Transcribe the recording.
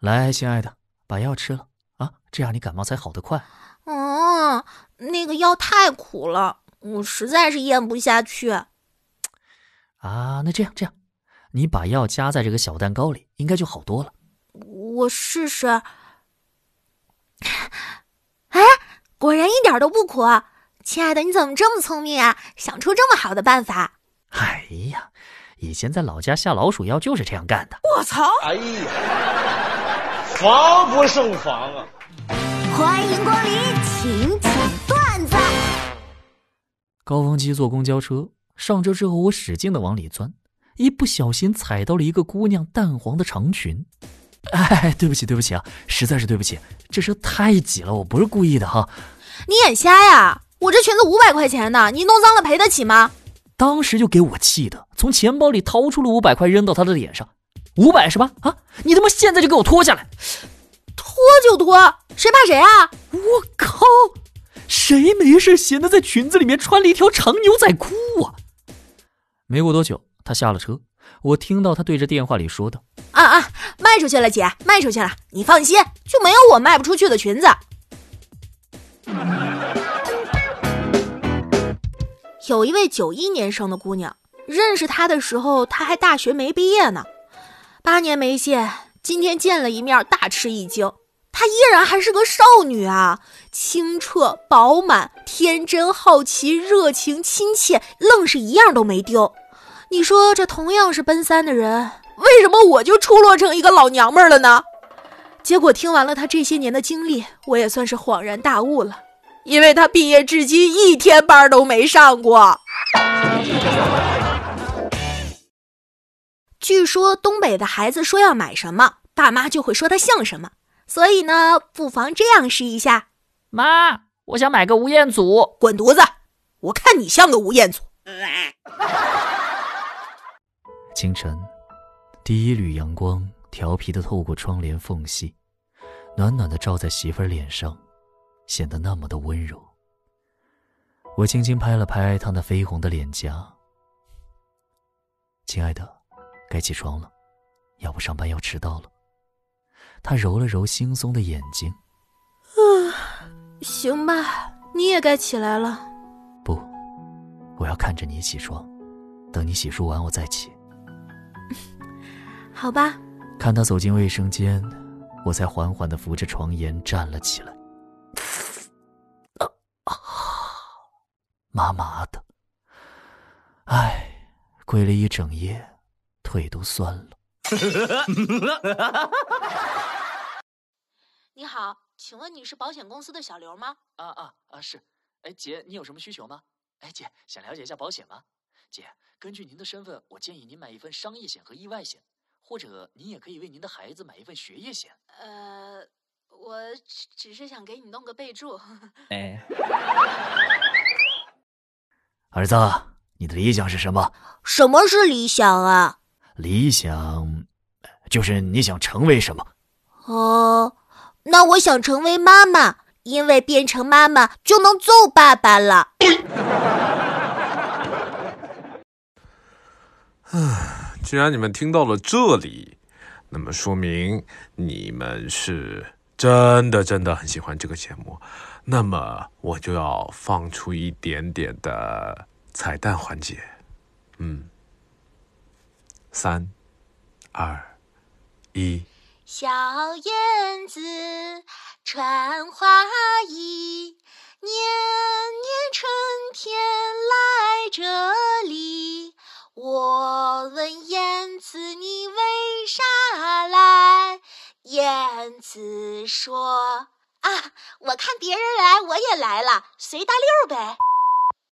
来，亲爱的，把药吃了啊，这样你感冒才好得快。 那个药太苦了，我实在是咽不下去。 啊，那这样，你把药加在这个小蛋糕里，应该就好多了。 我试试。哎，果然一点都不苦。亲爱的，你怎么这么聪明啊？想出这么好的办法。 哎呀，以前在老家下老鼠药就是这样干的。 我操！ 哎呀，防不胜防啊！ 欢迎光临请讲段子。 高峰期坐公交车，上车之后我使劲地往里钻，一不小心踩到了一个姑娘淡黄的长裙。哎，对不起啊，实在是对不起，这车太挤了，我不是故意的哈。 你眼瞎呀？我这裙子500块钱呢，你弄脏了赔得起吗？ 当时就给我气的，从钱包里掏出了500块扔到他的脸上。500是吧？啊，你他妈现在就给我脱下来！ 脱就脱，谁怕谁啊？ 我靠，谁没事闲的在裙子里面穿了一条长牛仔裤啊？没过多久，他下了车，我听到他对着电话里说道： 卖出去了姐，卖出去了，你放心，就没有我卖不出去的裙子。有一位91年生的姑娘，认识她的时候她还大学没毕业呢，8年没见，今天见了一面大吃一惊。她依然还是个少女啊，清澈饱满，天真好奇，热情亲切，愣是一样都没丢。你说这同样是奔3的人，为什么我就出落成一个老娘们了呢？结果听完了她这些年的经历，我也算是恍然大悟了，因为她毕业至今1天班都没上过。据说东北的孩子说要买什么，爸妈就会说他像什么，所以呢，不妨这样试一下。 妈，我想买个吴彦祖。 滚犊子，我看你像个吴彦祖。 清晨，第一缕阳光调皮地透过窗帘缝隙，暖暖地照在媳妇儿脸上，显得那么的温柔。我轻轻拍了拍她那绯红的脸颊。亲爱的，该起床了，要不上班要迟到了。她揉了揉惺忪的眼睛。 行吧，你也该起来了。 不，我要看着你起床，等你洗漱完我再起。 好吧。 看她走进卫生间，我才缓缓地扶着床沿站了起来。麻麻的，跪了一整夜，腿都酸了。 你好，请问你是保险公司的小刘吗？ 是。姐，你有什么需求吗？姐，想了解一下保险吗？姐，根据您的身份，我建议您买一份商业险和意外险，或者您也可以为您的孩子买一份学业险。 我只是想给你弄个备注。 儿子，你的理想是什么？ 什么是理想啊？ 理想就是你想成为什么。 那我想成为妈妈，因为变成妈妈就能揍爸爸了。 既然你们听到了这里，那么说明你们是真的很喜欢这个节目，那么我就要放出一点点的彩蛋环节。3、2、1。 小燕子穿花衣，年年春天来这里。我问燕子你为啥来？燕子说我看别人来我也来了，随大溜呗。